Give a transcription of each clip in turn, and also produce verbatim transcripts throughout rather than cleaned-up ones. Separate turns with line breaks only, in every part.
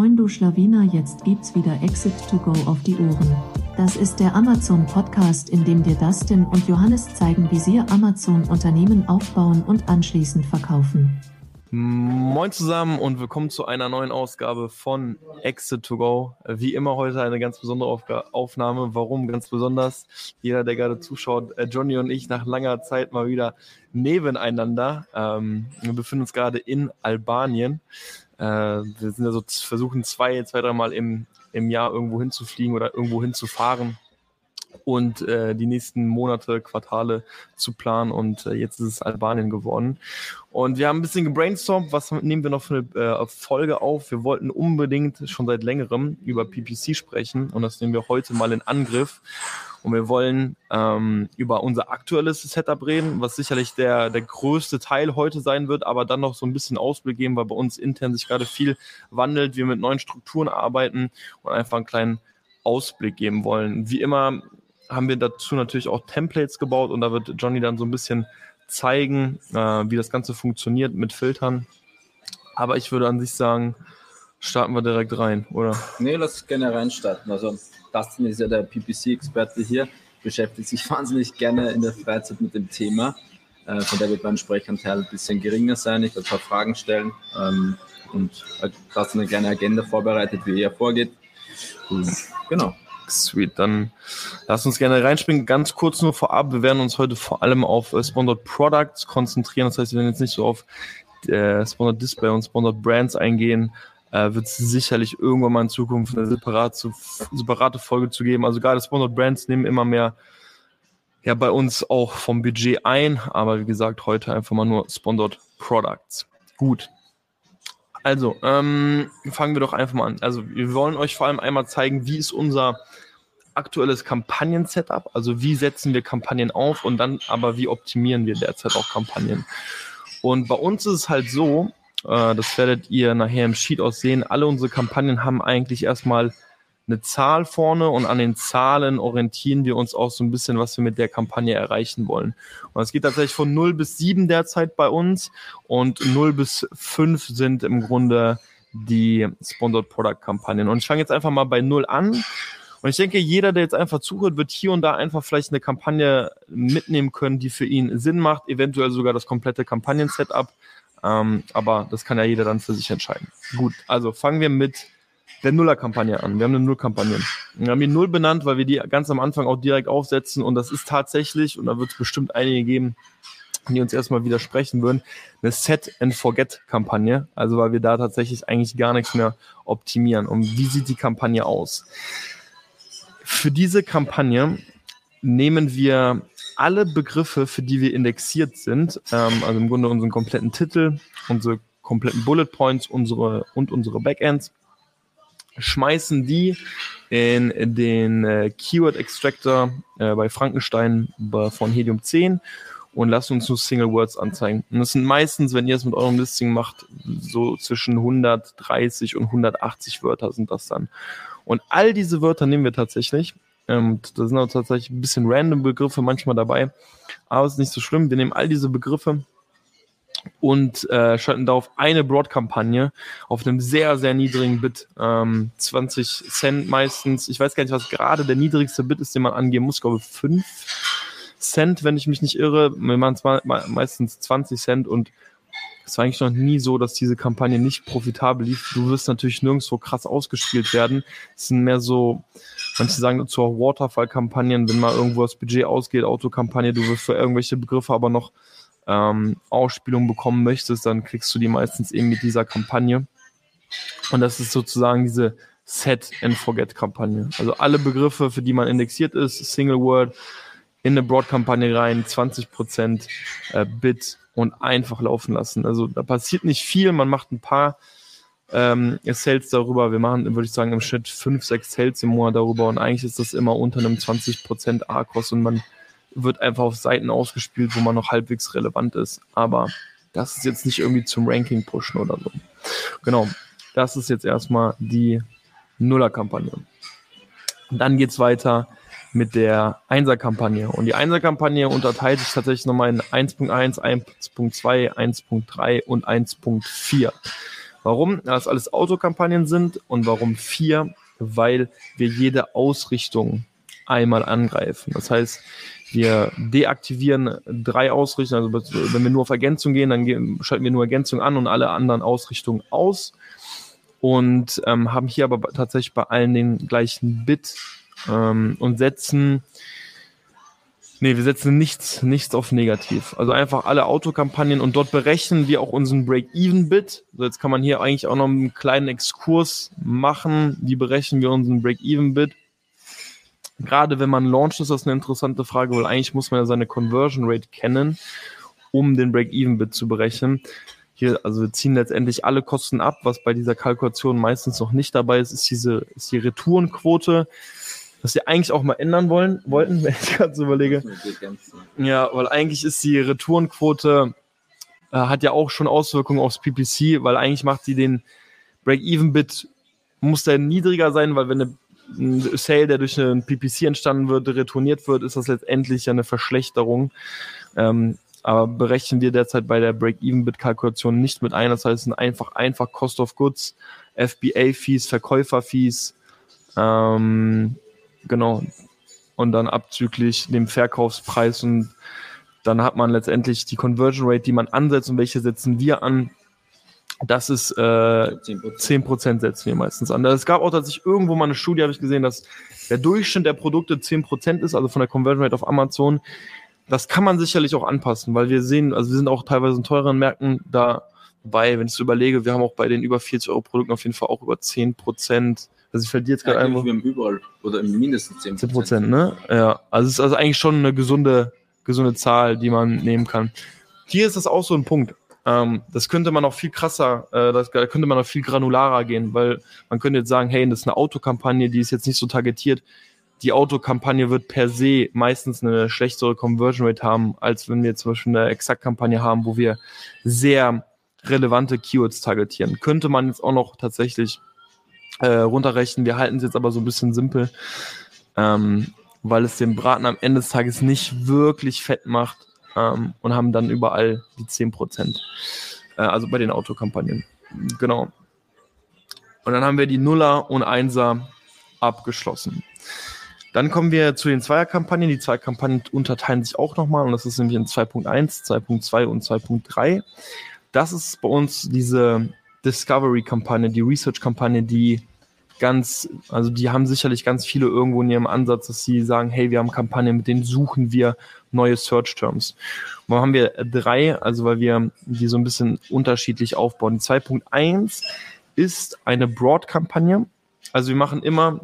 Moin du Schlawiner, jetzt gibt's wieder Exit to Go auf die Ohren. Das ist der Amazon-Podcast, in dem dir Dustin und Johannes zeigen, wie sie Amazon-Unternehmen aufbauen und anschließend verkaufen.
Moin zusammen und willkommen zu einer neuen Ausgabe von Exit to Go. Wie immer heute eine ganz besondere Aufga- Aufnahme. Warum ganz besonders? Jeder, der gerade zuschaut, Johnny und ich nach langer Zeit mal wieder nebeneinander. Ähm, wir befinden uns gerade in Albanien. Äh, wir sind also versuchen zwei, zwei, dreimal im, im Jahr irgendwo hinzufliegen oder irgendwo hinzufahren und äh, die nächsten Monate, Quartale zu planen, und äh, jetzt ist es Albanien geworden. Und wir haben ein bisschen gebrainstormt, was nehmen wir noch für eine äh, Folge auf. Wir wollten unbedingt schon seit längerem über P P C sprechen und das nehmen wir heute mal in Angriff. Und wir wollen ähm, über unser aktuelles Setup reden, was sicherlich der, der größte Teil heute sein wird, aber dann noch so ein bisschen Ausblick geben, weil bei uns intern sich gerade viel wandelt, wir mit neuen Strukturen arbeiten und einfach einen kleinen Ausblick geben wollen. Wie immer haben wir dazu natürlich auch Templates gebaut und da wird Johnny dann so ein bisschen zeigen, äh, wie das Ganze funktioniert mit Filtern. Aber ich würde an sich sagen, starten wir direkt rein, oder?
Nee, lass gerne reinstarten. Also Dustin ist ja der P P C-Experte hier, beschäftigt sich wahnsinnig gerne in der Freizeit mit dem Thema. Äh, von der wird mein Sprechanteil ein bisschen geringer sein. Ich werde ein paar Fragen stellen ähm, und Dustin eine kleine Agenda vorbereitet, wie er vorgeht. Und, genau.
Sweet, dann lass uns gerne reinspringen. Ganz kurz nur vorab, wir werden uns heute vor allem auf äh, Sponsored Products konzentrieren. Das heißt, wir werden jetzt nicht so auf äh, Sponsored Display und Sponsored Brands eingehen. Äh, wird es sicherlich irgendwann mal in Zukunft eine separate, separate Folge zu geben. Also gerade Sponsored Brands nehmen immer mehr ja bei uns auch vom Budget ein. Aber wie gesagt, heute einfach mal nur Sponsored Products. Gut. Also, ähm, fangen wir doch einfach mal an. Also, wir wollen euch vor allem einmal zeigen, wie ist unser aktuelles Kampagnen-Setup, also wie setzen wir Kampagnen auf und dann aber wie optimieren wir derzeit auch Kampagnen. Und bei uns ist es halt so, äh, das werdet ihr nachher im Sheet auch sehen, alle unsere Kampagnen haben eigentlich erstmal eine Zahl vorne und an den Zahlen orientieren wir uns auch so ein bisschen, was wir mit der Kampagne erreichen wollen. Und es geht tatsächlich von null bis sieben derzeit bei uns und null bis fünf sind im Grunde die Sponsored Product Kampagnen. Und ich fange jetzt einfach mal bei null an. Und ich denke, jeder, der jetzt einfach zuhört, wird hier und da einfach vielleicht eine Kampagne mitnehmen können, die für ihn Sinn macht, eventuell sogar das komplette Kampagnen-Setup. Ähm, aber das kann ja jeder dann für sich entscheiden. Gut, also fangen wir mit der Nuller-Kampagne an. Wir haben eine Null-Kampagne. Wir haben die Null benannt, weil wir die ganz am Anfang auch direkt aufsetzen und das ist tatsächlich, und da wird es bestimmt einige geben, die uns erstmal widersprechen würden, eine Set-and-Forget-Kampagne, also weil wir da tatsächlich eigentlich gar nichts mehr optimieren. Und wie sieht die Kampagne aus? Für diese Kampagne nehmen wir alle Begriffe, für die wir indexiert sind, ähm, also im Grunde unseren kompletten Titel, unsere kompletten Bullet Points unsere, und unsere Backends, schmeißen die in den äh, Keyword Extractor äh, bei Frankenstein bei, von Helium zehn und lassen uns nur Single Words anzeigen. Und das sind meistens, wenn ihr es mit eurem Listing macht, so zwischen hundertdreißig und hundertachtzig Wörter sind das dann. Und all diese Wörter nehmen wir tatsächlich. Ähm, da sind auch tatsächlich ein bisschen random Begriffe manchmal dabei, aber es ist nicht so schlimm. Wir nehmen all diese Begriffe und äh, schalten darauf eine Broad-Kampagne auf einem sehr, sehr niedrigen Bit. Ähm, zwanzig Cent meistens. Ich weiß gar nicht, was gerade der niedrigste Bit ist, den man angeben muss. Ich glaube fünf Cent, wenn ich mich nicht irre. Wir machen zwar meistens zwanzig Cent und es war eigentlich noch nie so, dass diese Kampagne nicht profitabel lief. Du wirst natürlich nirgendwo krass ausgespielt werden. Es sind mehr so, manche sagen dazu auch Waterfall-Kampagnen, wenn mal irgendwo das Budget ausgeht, Autokampagne, du wirst für irgendwelche Begriffe aber noch ähm, Ausspielung bekommen möchtest, dann kriegst du die meistens eben mit dieser Kampagne. Und das ist sozusagen diese Set-and-Forget-Kampagne. Also alle Begriffe, für die man indexiert ist, Single Word, in eine Broad-Kampagne rein, zwanzig Prozent äh, Bit und einfach laufen lassen. Also da passiert nicht viel, man macht ein paar ähm, Sales darüber. Wir machen, würde ich sagen, im Schnitt fünf, sechs Sales im Monat darüber und eigentlich ist das immer unter einem zwanzig Prozent A C O S und man wird einfach auf Seiten ausgespielt, wo man noch halbwegs relevant ist. Aber das ist jetzt nicht irgendwie zum Ranking pushen oder so. Genau, das ist jetzt erstmal die Nuller-Kampagne. Dann geht's weiter mit der Einser-Kampagne. Und die Einser-Kampagne unterteilt sich tatsächlich nochmal in eins Punkt eins, eins Punkt zwei, eins Punkt drei und eins Punkt vier. Warum? Weil das alles Autokampagnen sind und warum vier? Weil wir jede Ausrichtung einmal angreifen. Das heißt, wir deaktivieren drei Ausrichtungen, also wenn wir nur auf Ergänzung gehen, dann gehen, schalten wir nur Ergänzung an und alle anderen Ausrichtungen aus und ähm, haben hier aber tatsächlich bei allen den gleichen Bit ähm, und setzen Nee, wir setzen nichts, nichts auf negativ. Also einfach alle Autokampagnen und dort berechnen wir auch unseren Break-Even-Bit. Also jetzt kann man hier eigentlich auch noch einen kleinen Exkurs machen. Wie berechnen wir unseren Break-Even-Bit? Gerade wenn man launcht, ist das eine interessante Frage, weil eigentlich muss man ja seine Conversion Rate kennen, um den Break-Even-Bit zu berechnen. Hier, also wir ziehen letztendlich alle Kosten ab, was bei dieser Kalkulation meistens noch nicht dabei ist, ist diese, ist die Retourenquote. Was wir eigentlich auch mal ändern wollen, wollten, wenn ich gerade so überlege. Ja, weil eigentlich ist die Retourenquote, äh, hat ja auch schon Auswirkungen aufs P P C, weil eigentlich macht sie den Break-Even-Bit, muss der niedriger sein, weil wenn eine, ein Sale, der durch einen P P C entstanden wird, retourniert wird, ist das letztendlich ja eine Verschlechterung. Ähm, aber berechnen wir derzeit bei der Break-Even-Bit-Kalkulation nicht mit ein. Das heißt, es sind einfach, einfach Cost of Goods, F B A-Fees, Verkäufer-Fees, ähm, genau, und dann abzüglich dem Verkaufspreis und dann hat man letztendlich die Conversion Rate, die man ansetzt und welche setzen wir an. Das ist äh, zehn Prozent setzen wir meistens an. Es gab auch tatsächlich irgendwo mal eine Studie, habe ich gesehen, dass der Durchschnitt der Produkte zehn Prozent ist, also von der Conversion Rate auf Amazon. Das kann man sicherlich auch anpassen, weil wir sehen, also wir sind auch teilweise in teureren Märkten dabei, wenn ich so überlege, wir haben auch bei den über vierzig Euro Produkten auf jeden Fall auch über zehn Prozent. Also ich verliere jetzt gerade
ja,
einfach.
Wir haben überall oder mindestens zehn Prozent.
zehn Prozent, ne? Ja. Also es ist also eigentlich schon eine gesunde, gesunde Zahl, die man nehmen kann. Hier ist das auch so ein Punkt. Ähm, das könnte man auch viel krasser, äh, das, da könnte man auch viel granularer gehen, weil man könnte jetzt sagen, hey, das ist eine Autokampagne, die ist jetzt nicht so targetiert. Die Autokampagne wird per se meistens eine schlechtere Conversion Rate haben, als wenn wir zum Beispiel eine Exakt-Kampagne haben, wo wir sehr relevante Keywords targetieren. Könnte man jetzt auch noch tatsächlich Äh, runterrechnen. Wir halten es jetzt aber so ein bisschen simpel, ähm, weil es den Braten am Ende des Tages nicht wirklich fett macht ähm, und haben dann überall die zehn Prozent. Äh, also bei den Autokampagnen. Genau. Und dann haben wir die Nuller und Einser abgeschlossen. Dann kommen wir zu den Zweierkampagnen. Die Zweierkampagnen unterteilen sich auch nochmal und das ist nämlich in zwei Punkt eins, zwei Punkt zwei und zwei Punkt drei. Das ist bei uns diese Discovery-Kampagne, die Research-Kampagne, die ganz, also die haben sicherlich ganz viele irgendwo in ihrem Ansatz, dass sie sagen, hey, wir haben Kampagnen, mit denen suchen wir neue Search-Terms. Und dann haben wir drei, also weil wir die so ein bisschen unterschiedlich aufbauen. zwei Punkt eins ist eine Broad-Kampagne, also wir machen immer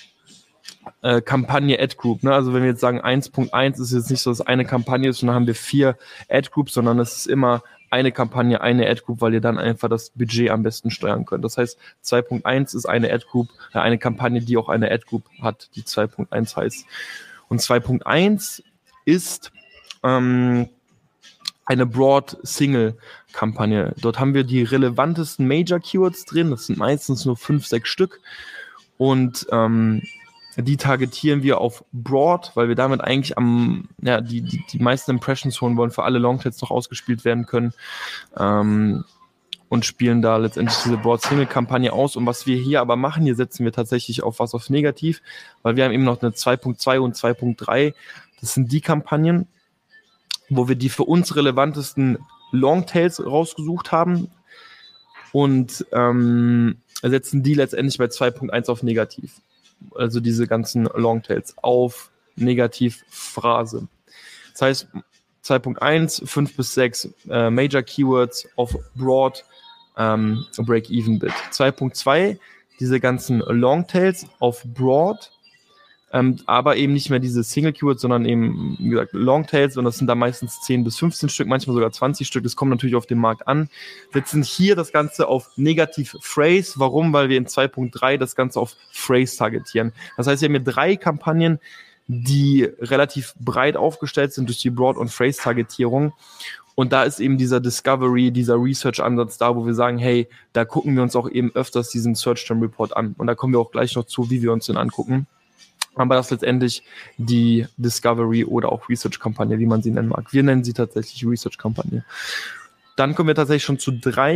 äh, Kampagne Ad-Group, ne? Also wenn wir jetzt sagen eins Punkt eins ist jetzt nicht so, dass eine Kampagne ist und dann haben wir vier Ad-Groups, sondern es ist immer eine Kampagne, eine Ad-Group, weil ihr dann einfach das Budget am besten steuern könnt. Das heißt, zwei Punkt eins ist eine Ad-Group, äh, eine Kampagne, die auch eine Ad-Group hat, die zwei Punkt eins heißt. Und zwei Punkt eins ist ähm, eine Broad-Single-Kampagne. Dort haben wir die relevantesten Major-Keywords drin, das sind meistens nur fünf, sechs Stück und ähm, die targetieren wir auf Broad, weil wir damit eigentlich am, ja, die, die, die meisten Impressions holen wollen, für alle Longtails noch ausgespielt werden können ähm, und spielen da letztendlich diese Broad-Single-Kampagne aus. Und was wir hier aber machen, hier setzen wir tatsächlich auf was auf Negativ, weil wir haben eben noch eine zwei Punkt zwei und zwei Punkt drei. Das sind die Kampagnen, wo wir die für uns relevantesten Longtails rausgesucht haben und ähm, setzen die letztendlich bei zwei Punkt eins auf Negativ. Also diese ganzen Longtails auf Negativphrase. Das heißt, zwei Punkt eins, fünf bis sechs äh, Major Keywords auf Broad ähm, Break-Even-Bit. zwei Punkt zwei, diese ganzen Longtails auf Broad, ähm, aber eben nicht mehr diese Single-Keywords, sondern eben, wie gesagt, Longtails, und das sind da meistens zehn bis fünfzehn Stück, manchmal sogar zwanzig Stück, das kommt natürlich auf den Markt an. Setzen hier das Ganze auf Negativ-Phrase. Warum? Weil wir in zwei Punkt drei das Ganze auf Phrase targetieren. Das heißt, wir haben hier drei Kampagnen, die relativ breit aufgestellt sind durch die Broad- und Phrase-Targetierung. Und da ist eben dieser Discovery, dieser Research-Ansatz da, wo wir sagen, hey, da gucken wir uns auch eben öfters diesen Search-Term-Report an. Und da kommen wir auch gleich noch zu, wie wir uns den angucken. Aber das ist letztendlich die Discovery oder auch Research-Kampagne, wie man sie nennen mag. Wir nennen sie tatsächlich Research-Kampagne. Dann kommen wir tatsächlich schon zu drei.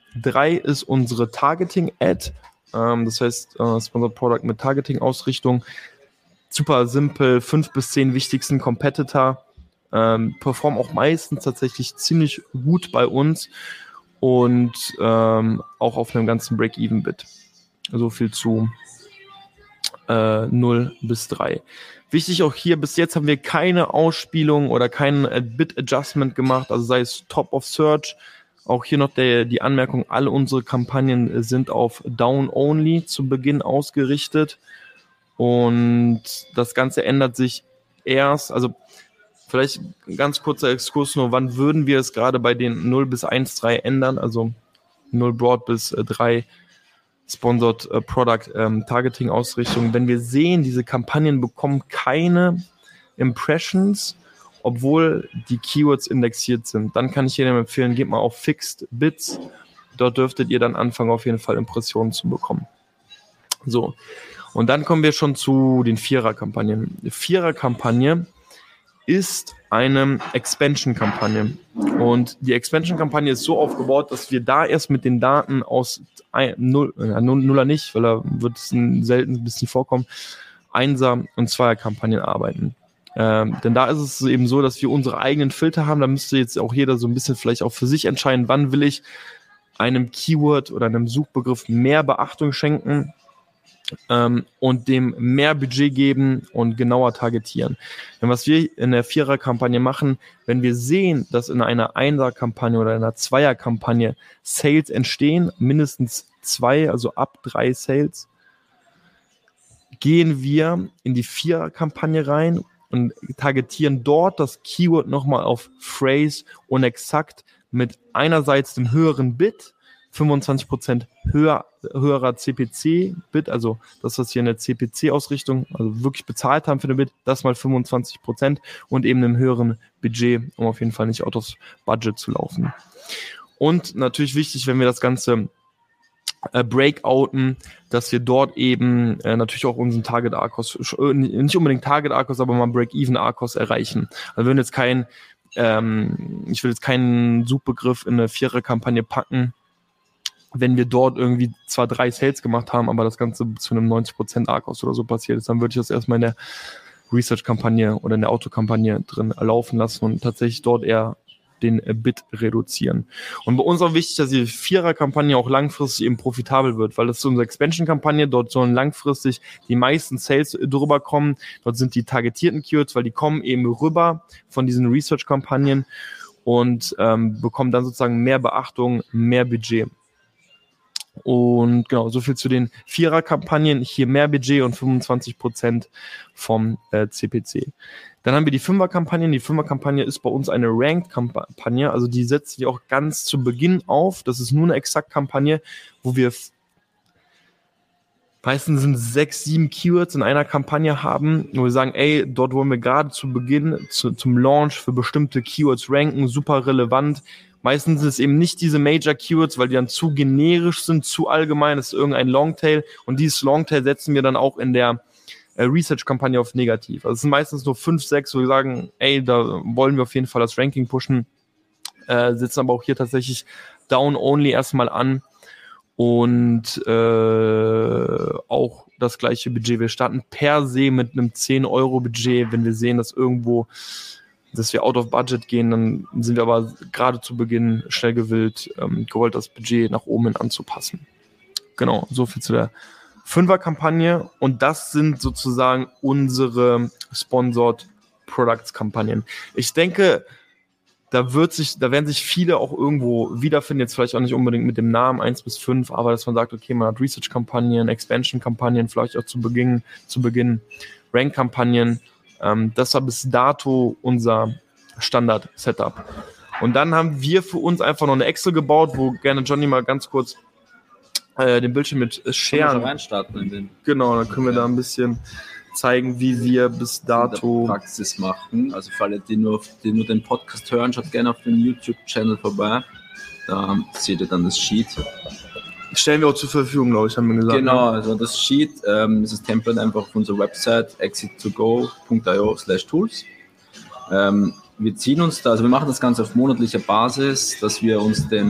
drei ist unsere Targeting-Ad. Ähm, das heißt, äh, Sponsored Product mit Targeting-Ausrichtung. Super simpel, fünf bis zehn wichtigsten Competitor. Ähm, performen auch meistens tatsächlich ziemlich gut bei uns und ähm, auch auf einem ganzen Break-Even-Bit. So viel zu äh, null bis drei. Wichtig auch hier, bis jetzt haben wir keine Ausspielung oder kein Bit-Adjustment gemacht, also sei es Top of Search. Auch hier noch der, die Anmerkung, alle unsere Kampagnen sind auf Down-Only zu Beginn ausgerichtet und das Ganze ändert sich erst, also vielleicht ein ganz kurzer Exkurs nur, wann würden wir es gerade bei den null bis eins Komma drei ändern, also null Broad bis äh, drei Sponsored äh, Product ähm, Targeting Ausrichtung, wenn wir sehen, diese Kampagnen bekommen keine Impressions, obwohl die Keywords indexiert sind, dann kann ich jedem empfehlen, geht mal auf Fixed Bits, dort dürftet ihr dann anfangen, auf jeden Fall Impressionen zu bekommen. So, und dann kommen wir schon zu den Vierer-Kampagnen. Die Vierer-Kampagne ist eine Expansion-Kampagne. Und die Expansion-Kampagne ist so aufgebaut, dass wir da erst mit den Daten aus null, äh, Nuller nicht, weil da wird es selten ein bisschen vorkommen, Einser- und Zweier-Kampagnen arbeiten. Ähm, denn da ist es eben so, dass wir unsere eigenen Filter haben. Da müsste jetzt auch jeder so ein bisschen vielleicht auch für sich entscheiden, wann will ich einem Keyword oder einem Suchbegriff mehr Beachtung schenken ähm, und dem mehr Budget geben und genauer targetieren. Denn was wir in der Vierer-Kampagne machen, wenn wir sehen, dass in einer Einser-Kampagne oder einer Zweier-Kampagne Sales entstehen, mindestens zwei, also ab drei Sales, gehen wir in die Vierer-Kampagne rein und targetieren dort das Keyword nochmal auf Phrase und exakt mit einerseits dem höheren Bit, fünfundzwanzig Prozent höher, höherer C P C-Bit, also das, was wir in der C P C-Ausrichtung, also wirklich bezahlt haben für den Bit, das mal fünfundzwanzig Prozent und eben einem höheren Budget, um auf jeden Fall nicht out of budget zu laufen. Und natürlich wichtig, wenn wir das Ganze äh, breakouten, dass wir dort eben äh, natürlich auch unseren Target A R C O S, äh, nicht unbedingt Target A R C O S, aber mal Break-Even A R C O S erreichen. Also wir würden jetzt kein, ähm, ich will jetzt keinen Suchbegriff in eine Vierer-Kampagne packen, wenn wir dort irgendwie zwar drei Sales gemacht haben, aber das Ganze zu einem neunzig Prozent A R C O S oder so passiert ist, dann würde ich das erstmal in der Research-Kampagne oder in der Auto-Kampagne drin laufen lassen und tatsächlich dort eher den Bit reduzieren. Und bei uns auch wichtig, dass die Vierer-Kampagne auch langfristig eben profitabel wird, weil das ist unsere Expansion-Kampagne, dort sollen langfristig die meisten Sales drüber kommen, dort sind die targetierten Keywords, weil die kommen eben rüber von diesen Research-Kampagnen und ähm, bekommen dann sozusagen mehr Beachtung, mehr Budget. Und genau, so viel zu den Vierer-Kampagnen. Hier mehr Budget und fünfundzwanzig Prozent vom äh, C P C. Dann haben wir die Fünfer-Kampagnen. Die Fünfer-Kampagne ist bei uns eine Ranked-Kampagne. Also die setzen wir auch ganz zu Beginn auf. Das ist nur eine Exakt-Kampagne, wo wir meistens sind sechs, sieben Keywords in einer Kampagne haben, wo wir sagen, ey, dort wollen wir gerade zu Beginn, zu, zum Launch für bestimmte Keywords ranken, super relevant. Meistens sind es eben nicht diese Major-Keywords, weil die dann zu generisch sind, zu allgemein, das ist irgendein Longtail und dieses Longtail setzen wir dann auch in der äh, Research-Kampagne auf negativ. Also es sind meistens nur fünf, sechs, wo wir sagen, ey, da wollen wir auf jeden Fall das Ranking pushen, äh, setzen aber auch hier tatsächlich Down-Only erstmal an und äh, auch das gleiche Budget. Wir starten per se mit einem zehn Euro Budget, wenn wir sehen, dass irgendwo dass wir out of budget gehen, dann sind wir aber gerade zu Beginn schnell gewillt, ähm, gewollt, das Budget nach oben hin anzupassen. Genau, so viel zu der Fünfer-Kampagne und das sind sozusagen unsere Sponsored Products Kampagnen. Ich denke, da wird sich, da werden sich viele auch irgendwo wiederfinden, jetzt vielleicht auch nicht unbedingt mit dem Namen eins bis fünf, aber dass man sagt, okay, man hat Research-Kampagnen, Expansion-Kampagnen, vielleicht auch zu Beginn, zu Beginn Rank-Kampagnen. Ähm, das war bis dato unser Standard-Setup. Und dann haben wir für uns einfach noch eine Excel gebaut, wo gerne Johnny mal ganz kurz äh, den Bildschirm mit äh, sharen.
Reinstarten in den
Genau, dann können wir ja da ein bisschen zeigen, wie wir bis dato
Praxis machen. Also für alle, die nur, die nur den Podcast hören, schaut gerne auf den YouTube-Channel vorbei. Da seht ihr dann das Sheet.
Stellen wir auch zur Verfügung, glaube ich, haben wir gesagt.
Genau, also das Sheet ähm, ist das Template einfach auf unserer Website exit to go punkt io slash tools. Ähm, wir ziehen uns da, also wir machen das Ganze auf monatlicher Basis, dass wir uns den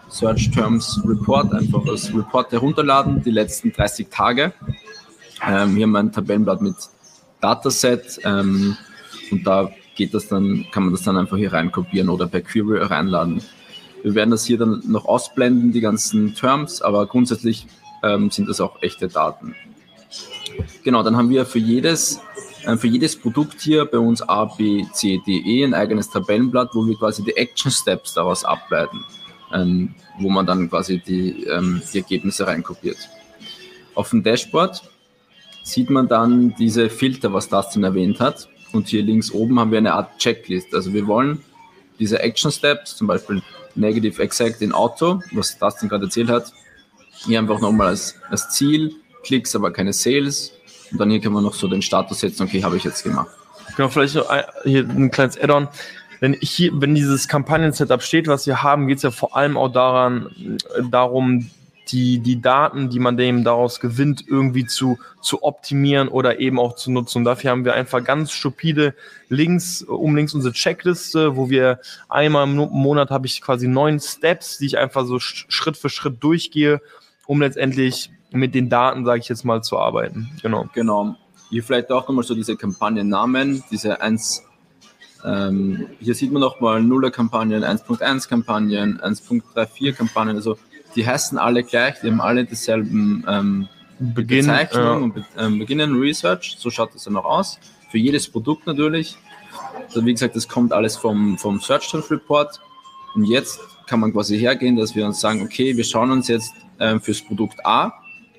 Search Terms Report, einfach als Report herunterladen, die letzten dreißig Tage. Ähm, hier haben wir ein Tabellenblatt mit Dataset ähm, und da geht das dann, kann man das dann einfach hier rein kopieren oder per Query reinladen. Wir werden das hier dann noch ausblenden, die ganzen Terms, aber grundsätzlich ähm, sind das auch echte Daten. Genau, dann haben wir für jedes, äh, für jedes Produkt hier bei uns A, B, C, D, E ein eigenes Tabellenblatt, wo wir quasi die Action Steps daraus ableiten, ähm, wo man dann quasi die, ähm, die Ergebnisse reinkopiert. Auf dem Dashboard sieht man dann diese Filter, was Dustin erwähnt hat. Und hier links oben haben wir eine Art Checklist. Also wir wollen diese Action Steps, zum Beispiel Negative Exact in Auto, was Dustin gerade erzählt hat, hier einfach nochmal als, als Ziel, Klicks, aber keine Sales. Und dann hier kann man noch so den Status setzen, okay, habe ich jetzt gemacht.
Genau, vielleicht noch ein, hier ein kleines Add-on. Wenn, hier, wenn dieses Kampagnen-Setup steht, was wir haben, geht es ja vor allem auch daran, darum, die, die Daten, die man dem daraus gewinnt, irgendwie zu, zu optimieren oder eben auch zu nutzen. Und dafür haben wir einfach ganz stupide links, um links unsere Checkliste, wo wir einmal im Monat habe ich quasi neun Steps, die ich einfach so Schritt für Schritt durchgehe, um letztendlich mit den Daten, sage ich jetzt mal, zu arbeiten. Genau.
Genau. Hier vielleicht auch nochmal so diese Kampagnennamen, diese eins, ähm, hier sieht man nochmal Nuller-Kampagnen, eins Punkt eins Kampagnen, eins Punkt vierunddreißig Kampagnen, also die heißen alle gleich, die haben alle dieselben ähm,
Beginn,
Bezeichnung
ja.
und be ähm, beginnen Research, so schaut das dann auch aus. Für jedes Produkt natürlich. Also wie gesagt, das kommt alles vom, vom Search Terms Report. Und jetzt kann man quasi hergehen, dass wir uns sagen, okay, wir schauen uns jetzt ähm, fürs Produkt A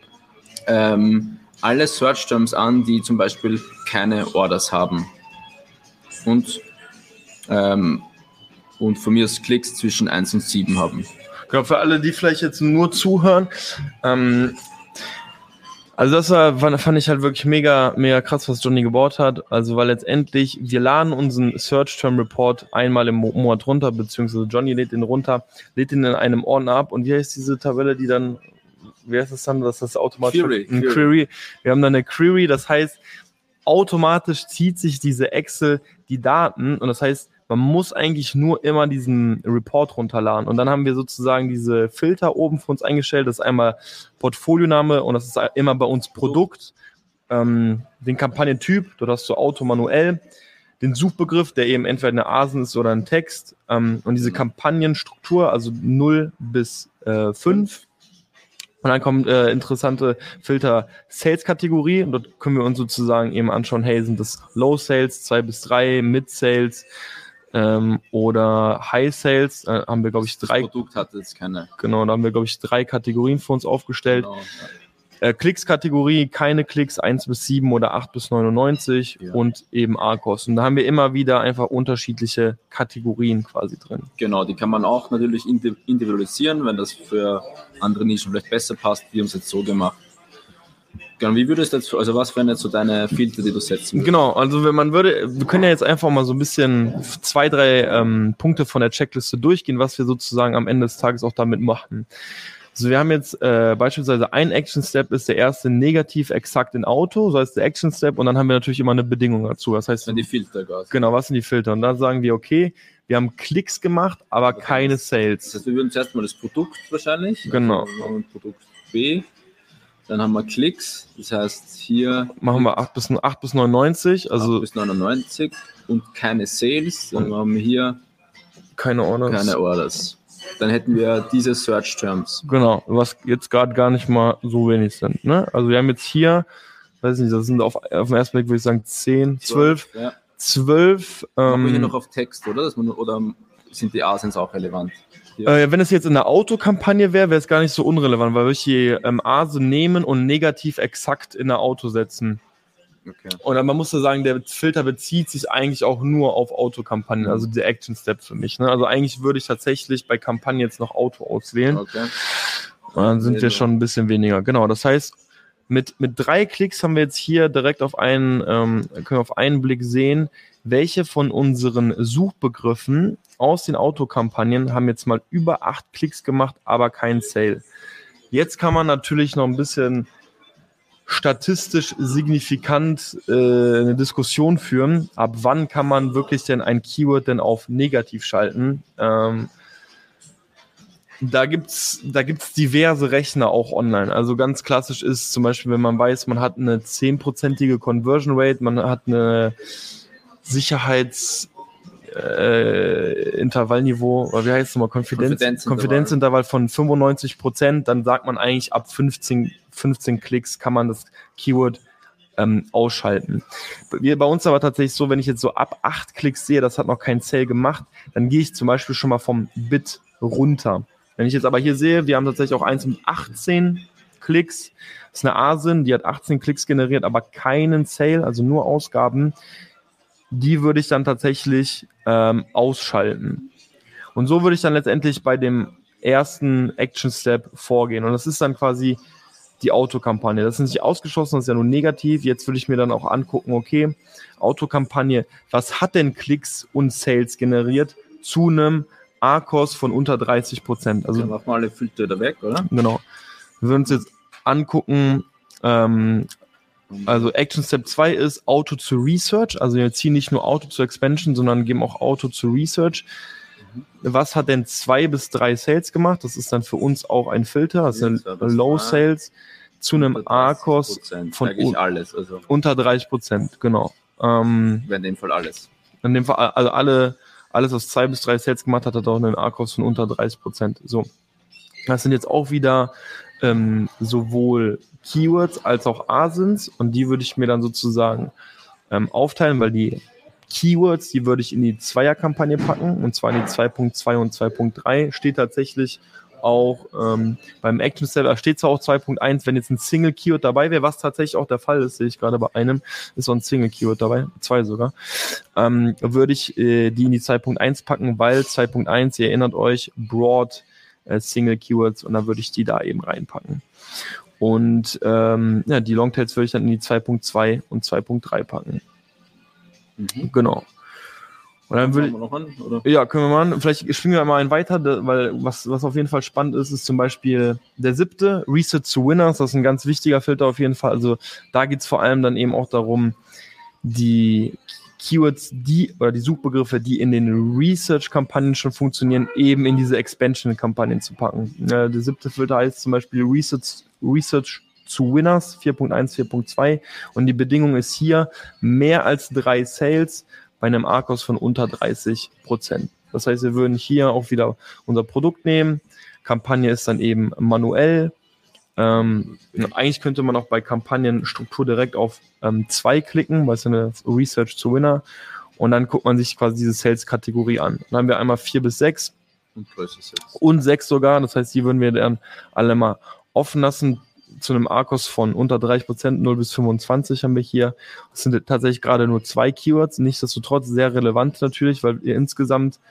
ähm, alle Search Terms an, die zum Beispiel keine Orders haben. Und, ähm, und von mir aus Klicks zwischen eins und sieben haben.
Genau, für alle, die vielleicht jetzt nur zuhören, ähm, also das war, fand ich halt wirklich mega, mega krass, was Johnny gebaut hat. Also weil letztendlich, wir laden unseren Search Term Report einmal im Monat runter, beziehungsweise Johnny lädt den runter, lädt den in einem Ordner ab und wie heißt diese Tabelle, die dann, wie heißt das dann, dass das automatisch
Query,
ein
Query.
Query. Wir haben dann eine Query, das heißt, automatisch zieht sich diese Excel die Daten und das heißt, man muss eigentlich nur immer diesen Report runterladen. Und dann haben wir sozusagen diese Filter oben für uns eingestellt. Das ist einmal Portfolioname und das ist immer bei uns Produkt. Ähm, den Kampagnentyp, dort hast du Auto manuell. Den Suchbegriff, der eben entweder eine Asen ist oder ein Text. Ähm, und diese Kampagnenstruktur, also null bis äh, fünf. Und dann kommt äh, interessante Filter Sales-Kategorie. Und dort können wir uns sozusagen eben anschauen, hey, sind das Low Sales, zwei bis drei, Mid Sales, Ähm, oder High Sales, äh, haben wir, glaube ich, drei.
Das Produkt hat jetzt keine.
Genau, da haben wir, glaube ich, drei Kategorien für uns aufgestellt.
Genau, ja.
äh, Klicks-Kategorie, keine Klicks, eins bis sieben oder acht bis neunundneunzig
Ja.
und eben A-Kost. Und da haben wir immer wieder einfach unterschiedliche Kategorien quasi drin.
Genau, die kann man auch natürlich individualisieren, wenn das für andere Nischen vielleicht besser passt. Wir haben es jetzt so gemacht. Genau, wie würdest du jetzt, also was wären jetzt so deine Filter, die du setzen würdest?
Genau, also wenn man würde, wir können ja jetzt einfach mal so ein bisschen zwei, drei ähm, Punkte von der Checkliste durchgehen, was wir sozusagen am Ende des Tages auch damit machen. Also wir haben jetzt äh, beispielsweise ein Action Step ist der erste negativ exakt in Auto, so heißt der Action Step und dann haben wir natürlich immer eine Bedingung dazu. Das heißt,
Wenn die Filter quasi.
genau, was sind die Filter? Und dann sagen wir, okay, wir haben Klicks gemacht, aber
Okay.
keine
Das
Sales.
heißt, wir würden zuerst mal das Produkt wahrscheinlich.
Genau.
Also wir haben Produkt B. Dann haben wir Klicks, das heißt hier
Machen wir acht bis, acht bis neunundneunzig, also
acht bis neunundneunzig und keine Sales. Dann haben wir hier
keine Orders.
keine Orders. Dann hätten wir diese Search Terms.
Genau, was jetzt gerade gar nicht mal so wenig sind. Ne? Also wir haben jetzt hier, weiß nicht, das sind auf, auf den ersten Blick würde ich sagen zehn, zwölf,
Ja.
zwölf.
Haben wir hier
Ähm,
noch auf Text, oder? Dass man, oder sind die Asins auch relevant? Hier.
äh, wenn es jetzt in der Autokampagne wäre, wäre es gar nicht so unrelevant, weil wir hier ähm, Ase nehmen und negativ exakt in der Auto setzen.
Okay.
Und dann, man muss ja sagen, der Filter bezieht sich eigentlich auch nur auf Autokampagnen, also der Action Step für mich. Ne? Also eigentlich würde ich tatsächlich bei Kampagnen jetzt noch Auto auswählen.
Okay.
Und dann sind wir schon ein bisschen weniger. Genau, das heißt, mit, mit drei Klicks haben wir jetzt hier direkt auf einen, ähm, können wir auf einen Blick sehen, welche von unseren Suchbegriffen aus den Autokampagnen haben jetzt mal über acht Klicks gemacht, aber kein Sale. Jetzt kann man natürlich noch ein bisschen statistisch signifikant äh, eine Diskussion führen, ab wann kann man wirklich denn ein Keyword denn auf negativ schalten. Ähm, Da gibt's, da gibt's diverse Rechner auch online. Also ganz klassisch ist zum Beispiel, wenn man weiß, man hat eine zehnprozentige Conversion Rate, man hat eine Sicherheits äh, Intervallniveau, oder wie heißt es nochmal, Konfidenz,
Konfidenzintervall.
Konfidenzintervall von fünfundneunzig Prozent, dann sagt man eigentlich, ab fünfzehn, fünfzehn Klicks kann man das Keyword ähm, ausschalten. Wir, bei uns aber tatsächlich so, wenn ich jetzt so ab acht Klicks sehe, das hat noch kein Sale gemacht, dann gehe ich zum Beispiel schon mal vom Bit runter. Wenn ich jetzt aber hier sehe, wir haben tatsächlich auch eins mit achtzehn Klicks, das ist eine A S I N, die hat achtzehn Klicks generiert, aber keinen Sale, also nur Ausgaben, die würde ich dann tatsächlich ähm, ausschalten. Und so würde ich dann letztendlich bei dem ersten Action-Step vorgehen. Und das ist dann quasi die Autokampagne. Das ist nicht ausgeschlossen, das ist ja nur negativ. Jetzt würde ich mir dann auch angucken, okay, Autokampagne, was hat denn Klicks und Sales generiert zu einem A C O S von unter dreißig Prozent? Also
dann machen wir alle Filter da weg, oder?
Genau. Wir würden uns jetzt angucken, ähm, also Action Step zwei ist Auto zu Research, also wir ziehen nicht nur Auto zu Expansion, sondern geben auch Auto zu Research. Was hat denn zwei bis drei Sales gemacht? Das ist dann für uns auch ein Filter, das sind Low Sales zu einem A C O S von un-
alles, also
unter dreißig Prozent, genau. Ähm,
in dem Fall alles.
In dem Fall, also alle, alles, was zwei bis drei Sales gemacht hat, hat auch einen A C O S von unter dreißig Prozent. So. Das sind jetzt auch wieder ähm, sowohl Keywords als auch A S I Ns und die würde ich mir dann sozusagen ähm, aufteilen, weil die Keywords, die würde ich in die Zweierkampagne packen und zwar in die zwei Punkt zwei und zwei Punkt drei. Steht tatsächlich auch ähm, beim Action Step, da steht zwar auch zwei Punkt eins, wenn jetzt ein Single Keyword dabei wäre, was tatsächlich auch der Fall ist, sehe ich gerade bei einem, ist auch ein Single Keyword dabei, zwei sogar, ähm, würde ich äh, die in die zwei Punkt eins packen, weil zwei Punkt eins, ihr erinnert euch, Broad äh, Single Keywords und dann würde ich die da eben reinpacken. Und ähm, ja, die Longtails würde ich dann in die zwei Punkt zwei und zwei Punkt drei packen. Mhm. Genau. Und dann würde ich, noch an, oder? Ja, können wir mal. Vielleicht schwingen wir mal einen weiter, weil was, was auf jeden Fall spannend ist, ist zum Beispiel der siebte, Research to Winners. Das ist ein ganz wichtiger Filter auf jeden Fall. Also da geht es vor allem dann eben auch darum, die Keywords, die oder die Suchbegriffe, die in den Research-Kampagnen schon funktionieren, eben in diese Expansion-Kampagnen zu packen. Ja, der siebte Filter heißt zum Beispiel Research, Research zu Winners vier Punkt eins, vier Punkt zwei und die Bedingung ist hier mehr als drei Sales bei einem A C O S von unter dreißig Prozent. Das heißt, wir würden hier auch wieder unser Produkt nehmen. Kampagne ist dann eben manuell. Ähm, eigentlich könnte man auch bei Kampagnenstruktur direkt auf ähm, zwei klicken, weil es eine Research zu Winner und dann guckt man sich quasi diese Sales-Kategorie an. Dann haben wir einmal vier bis sechs und sechs sogar. Das heißt, die würden wir dann alle mal offen lassen. Zu einem A C O S von unter dreißig Prozent, null bis fünfundzwanzig haben wir hier. Das sind tatsächlich gerade nur zwei Keywords, nichtsdestotrotz sehr relevant natürlich, weil wir insgesamt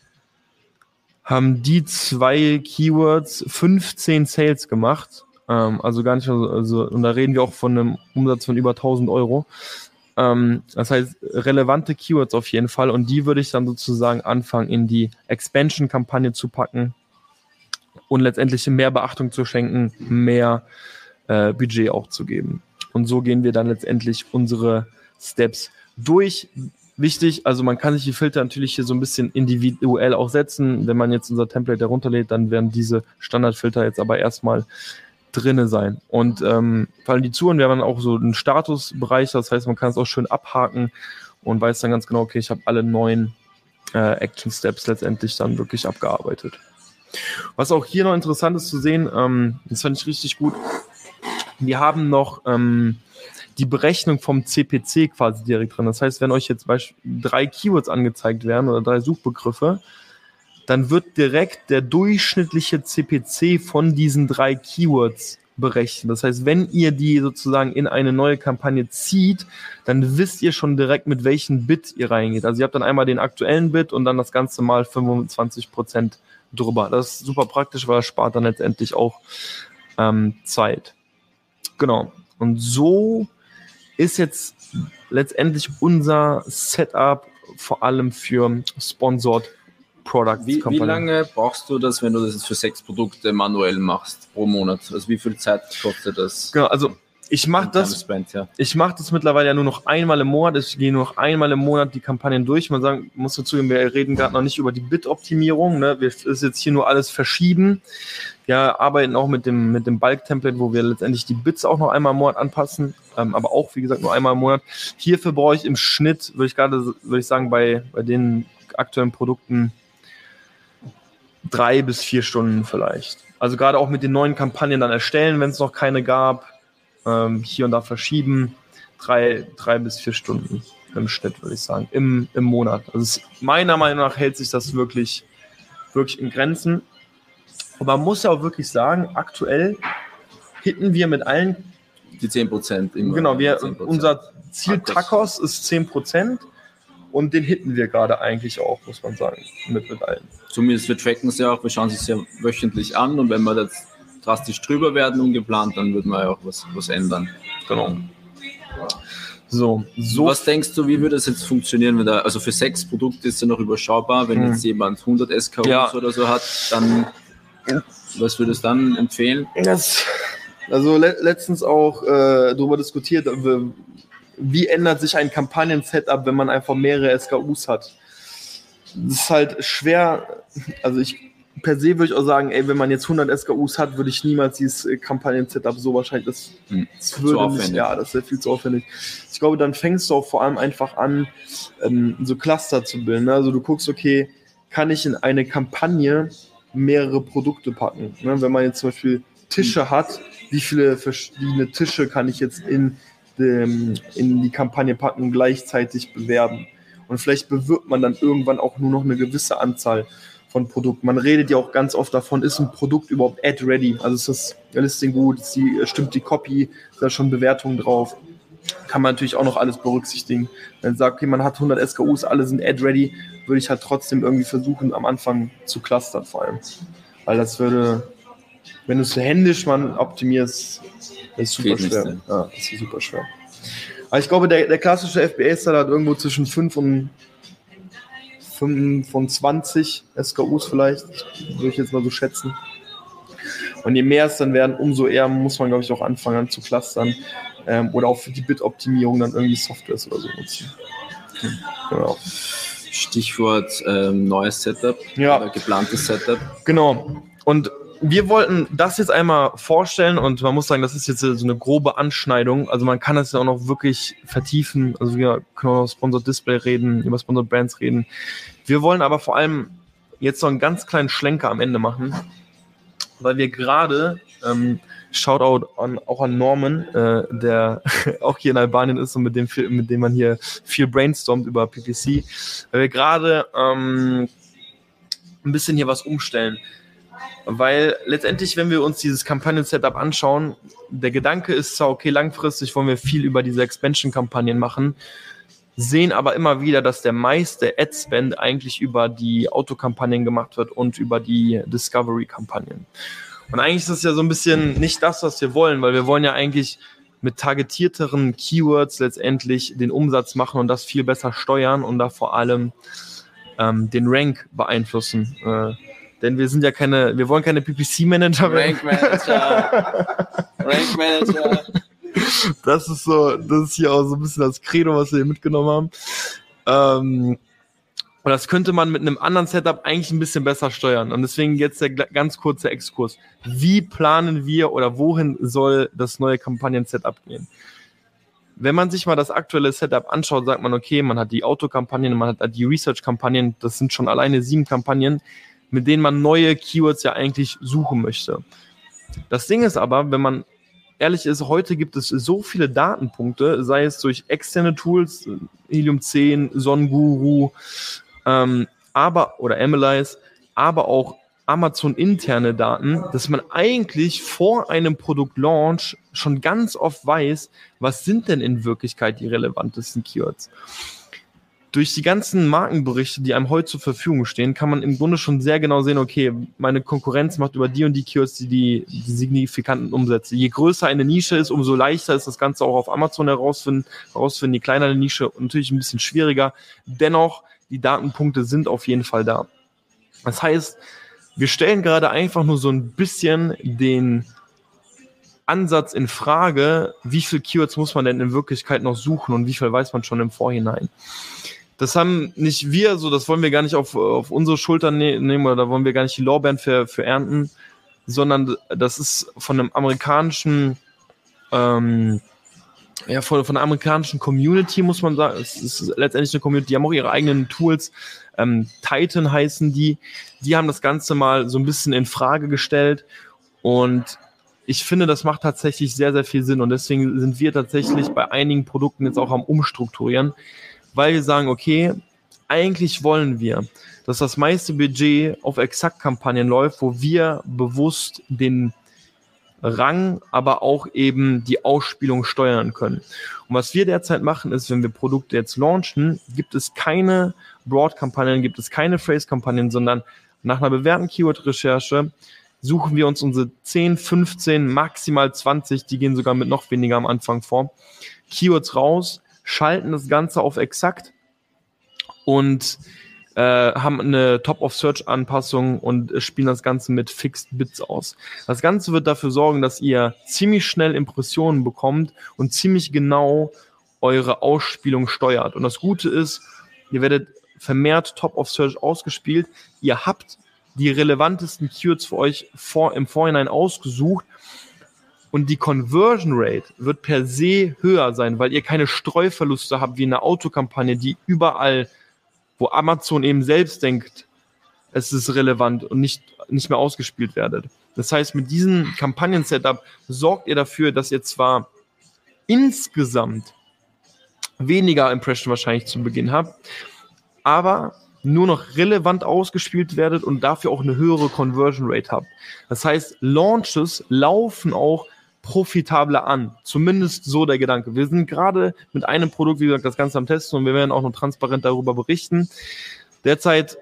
haben die zwei Keywords fünfzehn Sales gemacht. Ähm, also gar nicht, also, und da reden wir auch von einem Umsatz von über tausend Euro. Ähm, das heißt, relevante Keywords auf jeden Fall und die würde ich dann sozusagen anfangen in die Expansion-Kampagne zu packen und letztendlich mehr Beachtung zu schenken, mehr äh, Budget auch zu geben. Und so gehen wir dann letztendlich unsere Steps durch. Wichtig, also man kann sich die Filter natürlich hier so ein bisschen individuell auch setzen. Wenn man jetzt unser Template herunterlädt, dann werden diese Standardfilter jetzt aber erstmal drinne sein. Und ähm, fallen die zu und wir haben dann auch so einen Statusbereich, das heißt, man kann es auch schön abhaken und weiß dann ganz genau, okay, ich habe alle neun äh, Action Steps letztendlich dann wirklich abgearbeitet. Was auch hier noch interessant ist zu sehen, ähm, das fand ich richtig gut, wir haben noch ähm, die Berechnung vom C P C quasi direkt drin. Das heißt, wenn euch jetzt beispielsweise drei Keywords angezeigt werden oder drei Suchbegriffe, dann wird direkt der durchschnittliche C P C von diesen drei Keywords berechnet. Das heißt, wenn ihr die sozusagen in eine neue Kampagne zieht, dann wisst ihr schon direkt, mit welchem Bit ihr reingeht. Also ihr habt dann einmal den aktuellen Bit und dann das Ganze mal fünfundzwanzig Prozent drüber. Das ist super praktisch, weil es spart dann letztendlich auch ähm, Zeit. Genau. Und so ist jetzt letztendlich unser Setup vor allem für Sponsored Products.
Wie, wie lange brauchst du das, wenn du das jetzt für sechs Produkte manuell machst pro Monat? Also wie viel Zeit kostet das?
Genau, also Ich mache das,
Spend, ja.
ich mach das mittlerweile ja nur noch einmal im Monat. Ich gehe nur noch einmal im Monat die Kampagnen durch. Man sagen, muss dazu geben, wir reden gerade noch nicht über die Bit-Optimierung. Ne? Wir, das ist jetzt hier nur alles verschieben. Wir arbeiten auch mit dem, mit dem Bulk-Template, wo wir letztendlich die Bits auch noch einmal im Monat anpassen. Ähm, aber auch, wie gesagt, nur einmal im Monat. Hierfür brauche ich im Schnitt, würde ich gerade, würde ich sagen, bei, bei den aktuellen Produkten drei bis vier Stunden vielleicht. Also gerade auch mit den neuen Kampagnen dann erstellen, wenn es noch keine gab. Ähm, hier und da verschieben. Drei, drei bis vier Stunden im Schnitt, würde ich sagen, im, im Monat. Also es, meiner Meinung nach hält sich das wirklich, wirklich in Grenzen. Und man muss ja auch wirklich sagen, aktuell hitten wir mit allen
die zehn Prozent.
Genau, wir,
zehn Prozent.
Unser Ziel Tacos ist zehn Prozent und den hitten wir gerade eigentlich auch, muss man sagen, mit, mit allen.
Zumindest wir tracken es ja auch, wir schauen es ja wöchentlich an und wenn wir jetzt drastisch drüber werden ungeplant, dann wird man ja auch was, was ändern.
Genau. So, so.
Was denkst du, wie würde das jetzt funktionieren, wenn da, also für sechs Produkte ist ja noch überschaubar, wenn hm. jetzt jemand hundert S K Us ja. oder so hat, dann was würdest du dann empfehlen?
Das, also le- letztens auch äh, darüber diskutiert, wie ändert sich ein Kampagnen-Setup, wenn man einfach mehrere S K Us hat. Das ist halt schwer, also ich per se würde ich auch sagen, ey, wenn man jetzt hundert S K Us hat, würde ich niemals dieses Kampagnen-Setup so wahrscheinlich, das, das würde nicht, ja, das wäre viel zu aufwendig. Ich glaube, dann fängst du auch vor allem einfach an, ähm, so Cluster zu bilden. Also du guckst, okay, kann ich in eine Kampagne mehrere Produkte packen? Ne? Wenn man jetzt zum Beispiel Tische hat, wie viele verschiedene Tische kann ich jetzt in, dem, in die Kampagne packen und gleichzeitig bewerben? Und vielleicht bewirbt man dann irgendwann auch nur noch eine gewisse Anzahl von Produkten. Man redet ja auch ganz oft davon, ist ein Produkt überhaupt ad-ready? Also ist das Listing gut? Ist die, stimmt die Copy? Ist da schon Bewertungen drauf? Kann man natürlich auch noch alles berücksichtigen. Wenn man sagt, okay, man hat hundert S K Us, alle sind ad-ready, würde ich halt trotzdem irgendwie versuchen, am Anfang zu clustern vor allem. Weil das würde, wenn du es händisch man optimierst, ist super
Geht
schwer.
nicht,
ja, das ist super schwer. Aber ich glaube, der, der klassische F B A-Seller hat irgendwo zwischen fünf und fünfundzwanzig S K Us vielleicht, würde ich jetzt mal so schätzen. Und je mehr es dann werden, umso eher muss man, glaube ich, auch anfangen zu clustern ähm, oder auch für die Bit-Optimierung dann irgendwie Softwares oder so nutzen. Genau.
Stichwort ähm, neues Setup
ja.
oder geplantes Setup.
Genau. Und wir wollten das jetzt einmal vorstellen und man muss sagen, das ist jetzt so eine grobe Anschneidung. Also man kann das ja auch noch wirklich vertiefen. Also wir können auch über Sponsored Display reden, über Sponsored Brands reden. Wir wollen aber vor allem jetzt noch einen ganz kleinen Schlenker am Ende machen, weil wir gerade, ähm, Shoutout an, auch an Norman, äh, der auch hier in Albanien ist und mit dem, mit dem man hier viel brainstormt über P P C, weil wir gerade ähm, ein bisschen hier was umstellen. Weil letztendlich, wenn wir uns dieses Kampagnen-Setup anschauen, der Gedanke ist zwar, okay, langfristig wollen wir viel über diese Expansion-Kampagnen machen, sehen aber immer wieder, dass der meiste Ad-Spend eigentlich über die Autokampagnen gemacht wird und über die Discovery-Kampagnen. Und eigentlich ist das ja so ein bisschen nicht das, was wir wollen, weil wir wollen ja eigentlich mit targetierteren Keywords letztendlich den Umsatz machen und das viel besser steuern und da vor allem ähm, den Rank beeinflussen. Äh, Denn wir sind ja keine, wir wollen keine P P C-Manager werden.
Rank Manager. Rank Manager.
Das ist so, das ist hier auch so ein bisschen das Credo, was wir hier mitgenommen haben. Ähm, und das könnte man mit einem anderen Setup eigentlich ein bisschen besser steuern. Und deswegen jetzt der ganz kurze Exkurs. Wie planen wir oder wohin soll das neue Kampagnen-Setup gehen? Wenn man sich mal das aktuelle Setup anschaut, sagt man, okay, man hat die Autokampagnen, man hat die Research-Kampagnen, das sind schon alleine sieben Kampagnen, mit denen man neue Keywords ja eigentlich suchen möchte. Das Ding ist aber, wenn man ehrlich ist, heute gibt es so viele Datenpunkte, sei es durch externe Tools, Helium zehn, Songuru, ähm, aber, oder Analyze, aber auch Amazon-interne Daten, dass man eigentlich vor einem Produktlaunch schon ganz oft weiß, was sind denn in Wirklichkeit die relevantesten Keywords. Durch die ganzen Markenberichte, die einem heute zur Verfügung stehen, kann man im Grunde schon sehr genau sehen, okay, meine Konkurrenz macht über die und die Keywords die, die, die signifikanten Umsätze. Je größer eine Nische ist, umso leichter ist das Ganze auch auf Amazon herausfinden. herausfinden. Je kleiner eine Nische, natürlich ein bisschen schwieriger. Dennoch, die Datenpunkte sind auf jeden Fall da. Das heißt, wir stellen gerade einfach nur so ein bisschen den Ansatz in Frage, wie viel Keywords muss man denn in Wirklichkeit noch suchen und wie viel weiß man schon im Vorhinein. Das haben nicht wir, so das wollen wir gar nicht auf, auf unsere Schultern ne- nehmen oder da wollen wir gar nicht die Lorbeeren für, für ernten, sondern das ist von einem amerikanischen, ähm, ja, von, von einer amerikanischen Community, muss man sagen. Es ist letztendlich eine Community, die haben auch ihre eigenen Tools, ähm, Titan heißen die, die haben das Ganze mal so ein bisschen in Frage gestellt und ich finde, das macht tatsächlich sehr, sehr viel Sinn und deswegen sind wir tatsächlich bei einigen Produkten jetzt auch am Umstrukturieren, weil wir sagen, okay, eigentlich wollen wir, dass das meiste Budget auf Exakt-Kampagnen läuft, wo wir bewusst den Rang, aber auch eben die Ausspielung steuern können. Und was wir derzeit machen, ist, wenn wir Produkte jetzt launchen, gibt es keine Broad-Kampagnen, gibt es keine Phrase-Kampagnen, sondern nach einer bewährten Keyword-Recherche suchen wir uns unsere zehn, fünfzehn, maximal zwanzig, die gehen sogar mit noch weniger am Anfang vor, Keywords raus, schalten das Ganze auf Exakt und äh, haben eine Top-of-Search-Anpassung und äh, spielen das Ganze mit Fixed Bits aus. Das Ganze wird dafür sorgen, dass ihr ziemlich schnell Impressionen bekommt und ziemlich genau eure Ausspielung steuert. Und das Gute ist, ihr werdet vermehrt Top-of-Search ausgespielt. Ihr habt die relevantesten Keywords für euch vor, im Vorhinein ausgesucht und die Conversion Rate wird per se höher sein, weil ihr keine Streuverluste habt wie in einer Autokampagne, die überall, wo Amazon eben selbst denkt, es ist relevant und nicht, nicht mehr ausgespielt werdet. Das heißt, mit diesem Kampagnen-Setup sorgt ihr dafür, dass ihr zwar insgesamt weniger Impression wahrscheinlich zu Beginn habt, aber nur noch relevant ausgespielt werdet und dafür auch eine höhere Conversion Rate habt. Das heißt, Launches laufen auch profitabler an. Zumindest so der Gedanke. Wir sind gerade mit einem Produkt, wie gesagt, das Ganze am Testen und wir werden auch noch transparent darüber berichten. Derzeit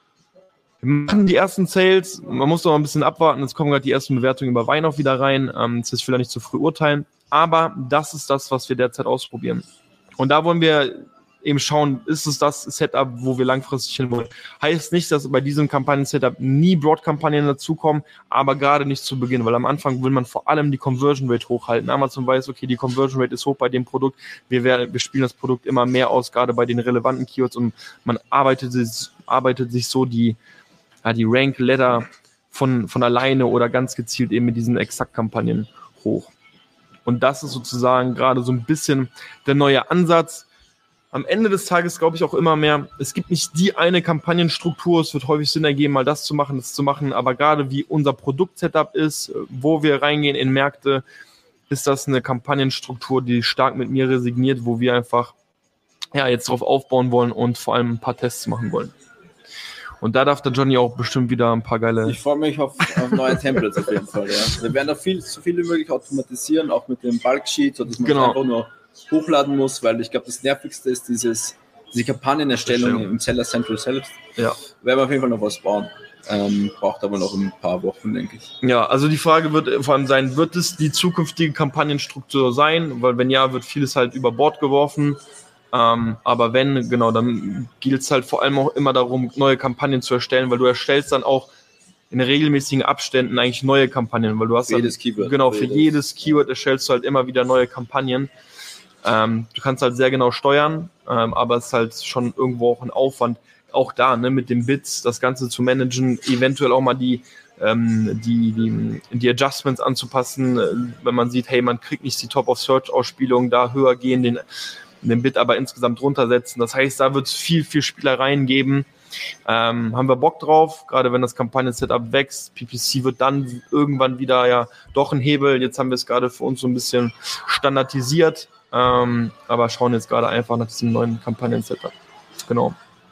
wir machen die ersten Sales, man muss noch ein bisschen abwarten, jetzt kommen gerade die ersten Bewertungen über Wein auch wieder rein. Ähm, jetzt will ich nicht zu früh urteilen, aber das ist das, was wir derzeit ausprobieren. Und da wollen wir eben schauen, ist es das Setup, wo wir langfristig hin wollen. Heißt nicht, dass bei diesem Kampagnen-Setup nie Broad-Kampagnen dazukommen, aber gerade nicht zu Beginn, weil am Anfang will man vor allem die Conversion Rate hochhalten. Amazon weiß, okay, die Conversion Rate ist hoch bei dem Produkt, wir, werden, wir spielen das Produkt immer mehr aus, gerade bei den relevanten Keywords und man arbeitet, arbeitet sich so die, ja, die Rank-Ladder von, von alleine oder ganz gezielt eben mit diesen Exakt-Kampagnen hoch. Und das ist sozusagen gerade so ein bisschen der neue Ansatz. Am Ende des Tages glaube ich auch immer mehr, es gibt nicht die eine Kampagnenstruktur, es wird häufig Sinn ergeben, mal das zu machen, das zu machen, aber gerade wie unser Produkt-Setup ist, wo wir reingehen in Märkte, ist das eine Kampagnenstruktur, die stark mit mir resigniert, wo wir einfach ja, jetzt drauf aufbauen wollen und vor allem ein paar Tests machen wollen. Und da darf der Johnny auch bestimmt wieder ein paar geile...
Ich freue mich auf, auf neue Templates auf jeden Fall. Ja. Wir werden da viel, so viel wie möglich automatisieren, auch mit dem Bulk-Sheet, sodass man genau. einfach nur hochladen muss, weil ich glaube, das Nervigste ist dieses, diese Kampagnenerstellung Erstellung. Im Seller Central selbst.
Ja.
Werden wir auf jeden Fall noch was bauen. Ähm, braucht aber noch ein paar Wochen, denke ich.
Ja, also die Frage wird vor allem sein, wird es die zukünftige Kampagnenstruktur sein? Weil wenn ja, wird vieles halt über Bord geworfen. Ähm, aber wenn, genau, dann gilt es halt vor allem auch immer darum, neue Kampagnen zu erstellen, weil du erstellst dann auch in regelmäßigen Abständen eigentlich neue Kampagnen, weil du hast
für jedes
dann,
Keyword.
Genau, für jedes. jedes Keyword erstellst du halt immer wieder neue Kampagnen. Ähm, du kannst halt sehr genau steuern, ähm, aber es ist halt schon irgendwo auch ein Aufwand, auch da, ne, mit den Bits das Ganze zu managen, eventuell auch mal die, ähm, die, die, die Adjustments anzupassen, äh, wenn man sieht, hey, man kriegt nicht die Top-of-Search-Ausspielung, da höher gehen, den, den Bit aber insgesamt runtersetzen. Das heißt, da wird es viel, viel Spielereien geben. Ähm, haben wir Bock drauf, gerade wenn das Kampagnen-Setup wächst. P P C wird dann irgendwann wieder ja doch ein Hebel. Jetzt haben wir es gerade für uns so ein bisschen standardisiert, ähm, aber schauen jetzt gerade einfach nach diesem neuen Kampagnen-Setup. Genau.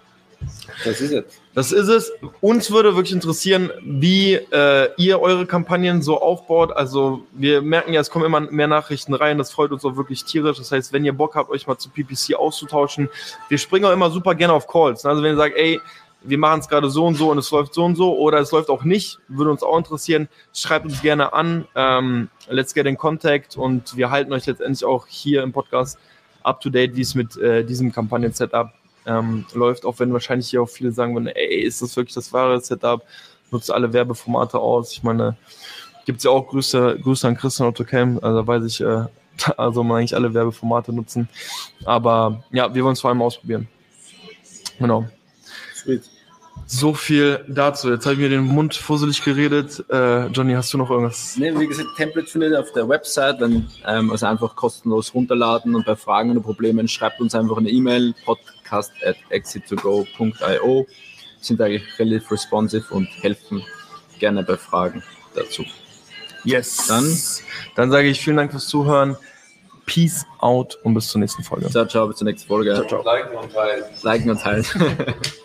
Das ist es.
Das ist es. Uns würde wirklich interessieren, wie äh, ihr eure Kampagnen so aufbaut. Also wir merken ja, es kommen immer mehr Nachrichten rein. Das freut uns auch wirklich tierisch. Das heißt, wenn ihr Bock habt, euch mal zu P P C auszutauschen, wir springen auch immer super gerne auf Calls. Also wenn ihr sagt, ey, wir machen es gerade so und so und es läuft so und so oder es läuft auch nicht, würde uns auch interessieren. Schreibt uns gerne an. Ähm, let's get in contact und wir halten euch letztendlich auch hier im Podcast up to date, wie es mit äh, diesem Kampagnen-Setup Ähm, läuft, auch wenn wahrscheinlich hier auch viele sagen würden, ey, ist das wirklich das wahre Setup? Nutzt alle Werbeformate aus. Ich meine, Gibt es ja auch Grüße, Grüße an Christian Otto Kelm, also da weiß ich, äh, also man eigentlich alle Werbeformate nutzen. Aber ja, wir wollen es vor allem ausprobieren. Genau.
Sweet.
So viel dazu. Jetzt habe ich mir den Mund fusselig geredet. Äh, Johnny, hast du noch irgendwas?
Ne, wie gesagt, Template findet ihr auf der Website, wenn, ähm, also einfach kostenlos runterladen und bei Fragen oder Problemen schreibt uns einfach eine E-Mail, podcast at exit to go punkt io. Sind eigentlich relativ responsive und helfen gerne bei Fragen dazu.
Yes.
Dann,
Dann sage ich vielen Dank fürs Zuhören. Peace out und bis zur nächsten Folge.
Ciao, ciao, bis zur nächsten Folge.
Ciao, ciao.
Liken und teilen. Liken und teilen.